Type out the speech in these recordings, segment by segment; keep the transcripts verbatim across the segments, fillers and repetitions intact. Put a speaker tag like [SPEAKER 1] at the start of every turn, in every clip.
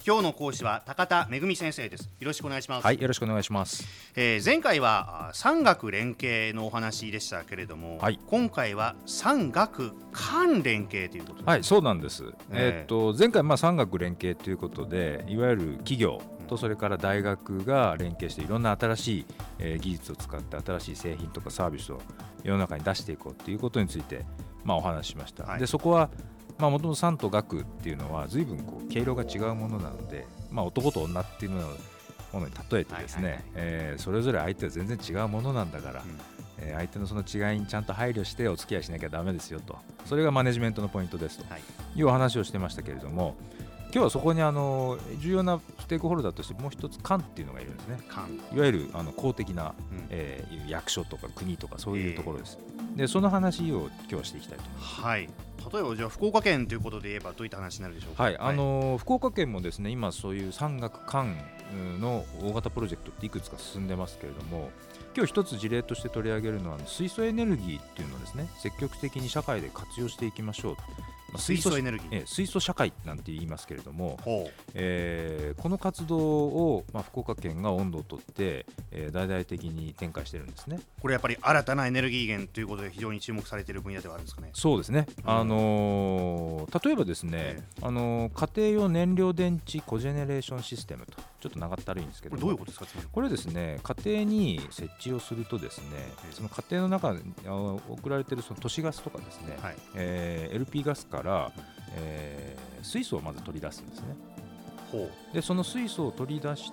[SPEAKER 1] 今日の講師は高田めぐみ先生です。よろしくお願いします。
[SPEAKER 2] はい、よろしくお願いします。
[SPEAKER 1] えー、前回は産学連携のお話でしたけれども、はい、今回は産学官連携ということです。
[SPEAKER 2] はい、そうなんです。えー、っと前回まあ産学連携ということで、いわゆる企業とそれから大学が連携していろんな新しい、えー、技術を使って新しい製品とかサービスを世の中に出していこうということについて、まあ、お話ししました。はい、でそこはもともと産と学っていうのは随分こう毛色が違うものなので、まあ、男と女っていうものに例えてですね、はいはいはい、えー、それぞれ相手は全然違うものなんだから、うん、えー、相手のその違いにちゃんと配慮してお付き合いしなきゃダメですよと、それがマネジメントのポイントですというお話をしてましたけれども、今日はそこにあの重要なステークホルダーとしてもう一つ官っていうのがいるんですね。官、いわゆるあの公的な、うん、えー、役所とか国とかそういうところです。えー、でその話を今日はしていきたいと思います。
[SPEAKER 1] はい、例えばじゃあ福岡県ということで言えばどういった話になるでしょうか。
[SPEAKER 2] はい、あのー、福岡県もですね、今そういう産学官の大型プロジェクトっていくつか進んでますけれども、今日一つ事例として取り上げるのは水素エネルギーっていうのをですね、積極的に社会で活用していきましょう。
[SPEAKER 1] まあ、水素エネルギー、
[SPEAKER 2] え水素社会なんて言いますけれども、えー、この活動を、まあ、福岡県が音頭を取って、えー、大々的に展開してるんですね。
[SPEAKER 1] これやっぱり新たなエネルギー源ということで非常に注目されている分野ではあるんですかね。
[SPEAKER 2] そうですね、うん、あのー、例えばですね、えーあのー、家庭用燃料電池コジェネレーションシステムと、ちょっと長ったるいんですけども、
[SPEAKER 1] これどういうことですか。
[SPEAKER 2] これですね、家庭に設置をするとですね、えー、その家庭の中に送られているその都市ガスとかですね、はい、えー、エルピー ガスから、えー、水素をまず取り出すんですね。ほうでその水素を取り出して、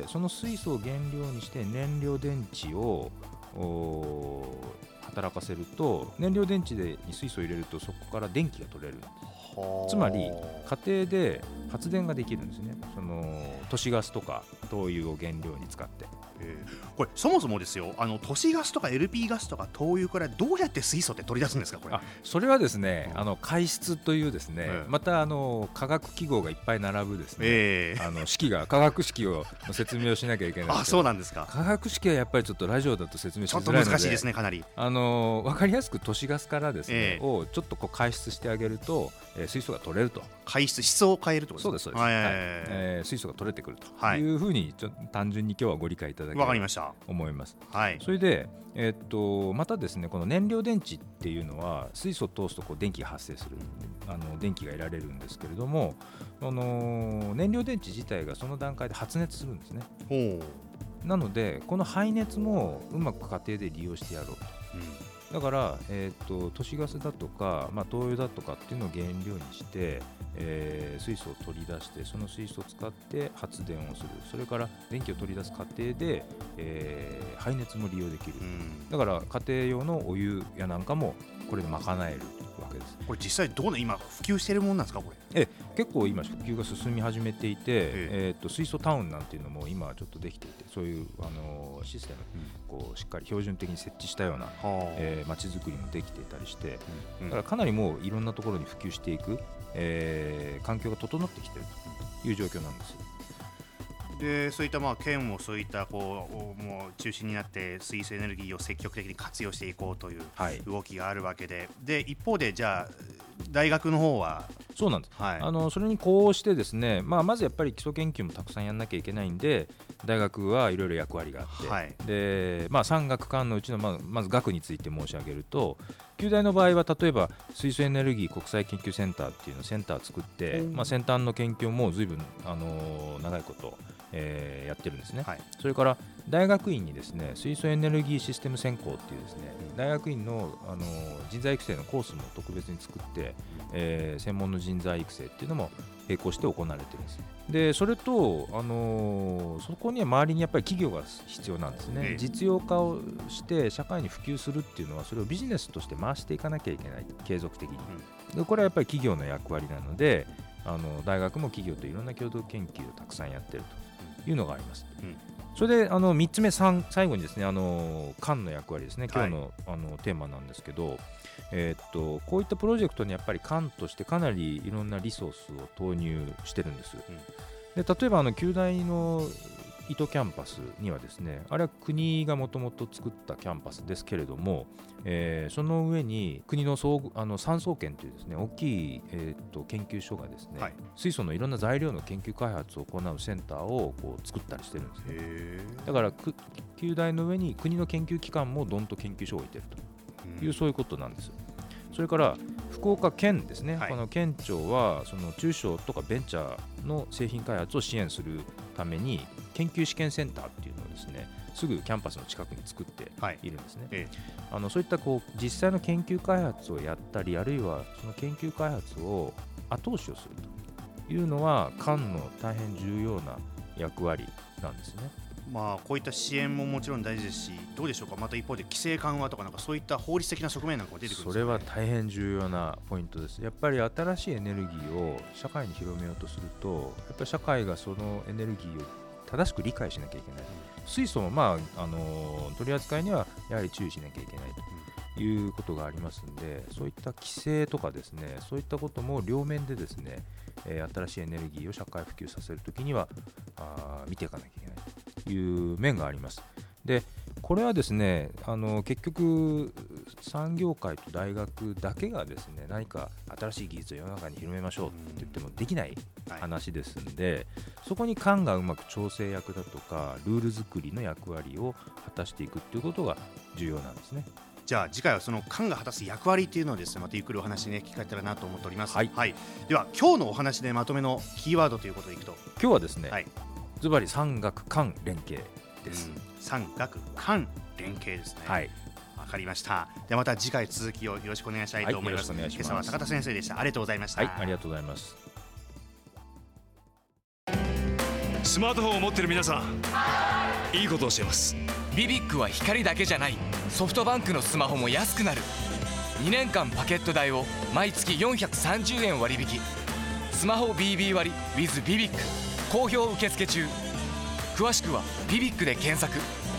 [SPEAKER 2] その水素を原料にして燃料電池を働かせると、燃料電池でに水素を入れるとそこから電気が取れるんです。つまり家庭で発電ができるんですね。その都市ガスとか灯油を原料に使って、
[SPEAKER 1] えー、これそもそもですよ、あの都市ガスとか エルピー ガスとか灯油からどうやって水素って取り出すんですか。これ
[SPEAKER 2] あそれはですね、あの海質というですね、えー、またあの化学記号がいっぱい並ぶですね、えー、あの式が化学式を説明をしなきゃいけないんですけど
[SPEAKER 1] あ、そうなんですか。
[SPEAKER 2] 化学式はやっぱりちょっとラジオだと説明しづらいので、
[SPEAKER 1] ちょっと難しいですね。かなり
[SPEAKER 2] あの分かりやすく都市ガスからですね、えー、をちょっとこう解出してあげると、えー、水素が取れると。
[SPEAKER 1] 解質、質を変えると。
[SPEAKER 2] そうですそうです、はい、えー、水素が取れてくるというふうにちょ単純に今日はご理解いただければと思います。
[SPEAKER 1] はい、
[SPEAKER 2] それで、えー、っとまたですね、この燃料電池っていうのは水素を通すとこう電気が発生する、あの電気が得られるんですけれども、あの燃料電池自体がその段階で発熱するんですね。ほうなのでこの排熱もうまく家庭で利用してやろうと、うん、だから、えー、と都市ガスだとか、まあ、灯油だとかっていうのを原料にして、えー、水素を取り出して、その水素を使って発電をする。それから電気を取り出す過程で、えー、排熱も利用できる、うん、だから家庭用のお湯やなんかもこれで賄えるわけです。
[SPEAKER 1] これ実際どうね、今普及しているものなんですか。これ
[SPEAKER 2] え結構今普及が進み始めていて、ええー、と水素タウンなんていうのも今ちょっとできていて、そういう、あのー、システム、うん、こうしっかり標準的に設置したような、えー、街づくりもできていたりして、うんうん、だからかなりもういろんなところに普及していく、えー、環境が整ってきているという状況なんです。
[SPEAKER 1] でそういったまあ県もそういったこうもう中心になって水素エネルギーを積極的に活用していこうという動きがあるわけで、はい、で一方でじゃあ大学の方は
[SPEAKER 2] そうなんです、はい、あのそれにこうしてですね、まあ、まずやっぱり基礎研究もたくさんやんなきゃいけないんで、大学はいろいろ役割があって、はい、でまあ、産学官のうちの ま, まず学について申し上げると、旧大の場合は例えば水素エネルギー国際研究センターっていうのをセンターを作って、うん、まあ、先端の研究も随分、あのー、長いことえー、やってるんですね、はい、それから大学院にですね、水素エネルギーシステム専攻っていうですね、うん、大学院の、あの人材育成のコースも特別に作って、えー、専門の人材育成っていうのも並行して行われてるんです。でそれと、あのー、そこには周りにやっぱり企業が必要なんですね、えー、実用化をして社会に普及するっていうのは、それをビジネスとして回していかなきゃいけない、継続的に、うん、でこれはやっぱり企業の役割なので、あの大学も企業といろんな共同研究をたくさんやってるというのがあります、うん、それであのみっつめ、最後にですね、あの官の役割ですね、今日の、はい、あのテーマなんですけど、えー、っとこういったプロジェクトにやっぱり官としてかなりいろんなリソースを投入してるんです、うん、で例えばあの旧大の糸キャンパスにはですね、あれは国がもともと作ったキャンパスですけれども、えー、その上に国の総あの産総研というですね大きい、えー、と研究所がですね、はい、水素のいろんな材料の研究開発を行うセンターをこう作ったりしてるんですね。へだから旧大の上に国の研究機関もどんと研究所を置いてるという、そういうことなんです。それから福岡県ですね、はい、この県庁はその中小とかベンチャーの製品開発を支援するために研究試験センターっていうのをですねすぐキャンパスの近くに作っているんですね、はいええ、あのそういったこう実際の研究開発をやったり、あるいはその研究開発を後押しをするというのは官の大変重要な役割なんですね。
[SPEAKER 1] まあ、こういった支援ももちろん大事ですし、どうでしょうか、また一方で規制緩和とか、なんかそういった法律的な側面なんかも出てくるんですかね。
[SPEAKER 2] それは大変重要なポイントです。やっぱり新しいエネルギーを社会に広めようとすると、やっぱり社会がそのエネルギーを正しく理解しなきゃいけない。水素も、まあ、あの取り扱いにはやはり注意しなきゃいけないということがありますので、そういった規制とかですね、そういったことも両面でですね、えー、新しいエネルギーを社会普及させるときにはあ見ていかなきゃいけないという面があります。でこれはですね、あの結局産業界と大学だけがですね何か新しい技術を世の中に広めましょうって言ってもできない話ですので、はい、そこに官がうまく調整役だとかルール作りの役割を果たしていくということが重要なんですね。
[SPEAKER 1] じゃあ次回はその官が果たす役割っていうのをですねまたゆっくりお話ね聞かれたらなと思っております、はいはい、では今日のお話でまとめのキーワードということでいくと、
[SPEAKER 2] 今日はですね、はい、ズバリ産学官連携です、うん、
[SPEAKER 1] 産学官連携ですね。はい、わかりました。ではまた次回続きをよろしくお願いしたいと思います、はい、よろしくお願いします。今朝は高田先生でした。ありがとうございました。
[SPEAKER 2] はい、ありがとうございます。
[SPEAKER 3] スマートフォンを持っている皆さん、いいことをしています。
[SPEAKER 4] ビビックは光だけじゃない、ソフトバンクのスマホも安くなる。にねんかんパケット代を毎月よんひゃくさんじゅうえん割引。スマホ ビービー 割 with ビビック好評受付中。詳しくはビビックで検索。